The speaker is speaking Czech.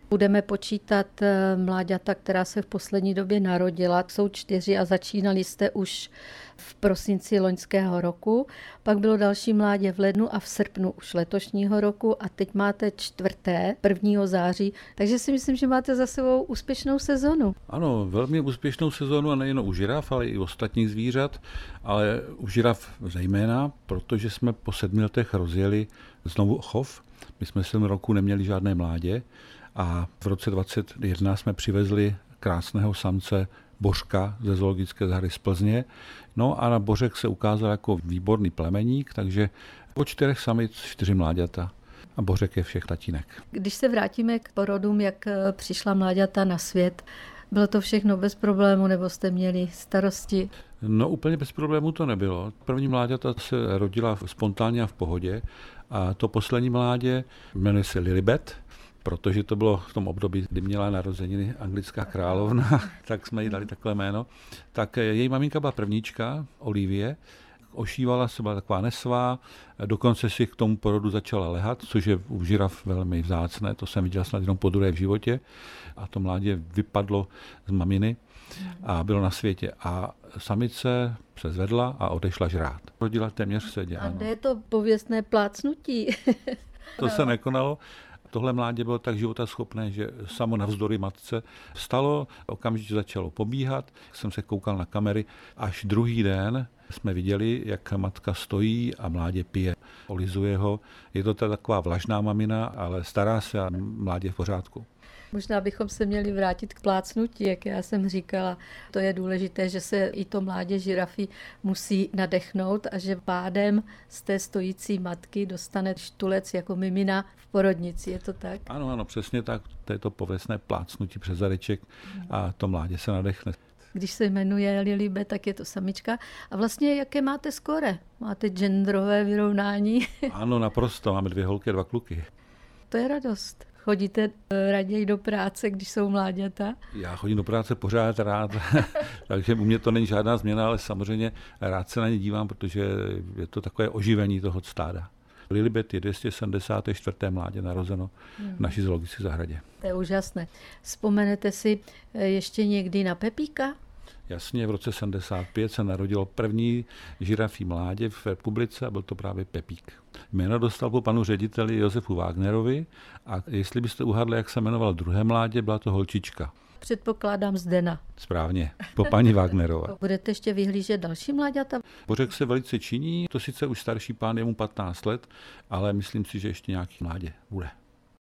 Budeme počítat mláďata, která se v poslední době narodila. Jsou 4 a začínali jste už v prosinci loňského roku. Pak bylo další mládě v lednu a v srpnu už letošního roku a teď máte 4. 1. září. Takže si myslím, že máte za sebou úspěšnou sezonu. Ano, velmi úspěšnou sezonu a nejen u žiraf, ale i u ostatních zvířat, ale u žiraf zejména, protože jsme po 7 letech rozjeli znovu chov. My jsme 7 roku neměli žádné mládě a v roce 2021 jsme přivezli krásného samce Božka ze zoologické zahrady z Plzně. No a na Božek se ukázal jako výborný plemeník, takže po 4 samic 4 mláďata. A Božek je všech tatínek. Když se vrátíme k porodům, jak přišla mláďata na svět, bylo to všechno bez problému, nebo jste měli starosti? No úplně bez problému to nebylo. První mláďata se rodila spontánně a v pohodě a to poslední mládě jmenuje se Lilibet, protože to bylo v tom období, kdy měla narozeniny anglická královna, tak jsme jí dali takové jméno. Tak její maminka byla prvníčka, Olivie, ošívala se, byla taková nesvá, dokonce si k tomu porodu začala lehat, což je u žiraf velmi vzácné, to jsem viděl snad jenom podruhé v životě a to mládě vypadlo z maminy a bylo na světě a samice se zvedla a odešla žrát. Rodila téměř v sedě. A kde je to pověstné plácnutí? To se nekonalo. Tohle mládě bylo tak životaschopné, že samo navzdory matce vstalo, okamžitě začalo pobíhat. Jsem se koukal na kamery. Až druhý den jsme viděli, jak matka stojí a mládě pije. Olizuje ho. Je to taková vlažná mamina, ale stará se a mládě v pořádku. Možná bychom se měli vrátit k plácnutí, jak já jsem říkala. To je důležité, že se i to mládě žirafy musí nadechnout a že pádem z té stojící matky dostane štulec jako mimina v porodnici. Je to tak? Ano, přesně tak. To je to pověstné plácnutí přes zadeček a to mládě se nadechne. Když se jmenuje Lilibet, tak je to samička. A vlastně jaké máte skóre? Máte genderové vyrovnání? Ano, naprosto. Máme 2 holky a 2 kluky. To je radost. Chodíte raději do práce, když jsou mláďata? Já chodím do práce pořád rád, takže u mě to není žádná změna, ale samozřejmě rád se na ně dívám, protože je to takové oživení toho stáda. Lilibet je 274. mládě narozeno v naší zoologické zahradě. To je úžasné. Vzpomenete si ještě někdy na Pepíka? Jasně, v roce 75 se narodilo první žirafí mládě v republice a byl to právě Pepík. Jméno dostal po panu řediteli Josefu Wagnerovi a jestli byste uhádli, jak se jmenoval druhé mládě, byla to holčička. Předpokládám Zdena. Správně, po paní Wagnerové. Budete ještě vyhlížet další mláďata? Božek se velice činí, to sice už starší pán, je mu 15 let, ale myslím si, že ještě nějaký mládě bude.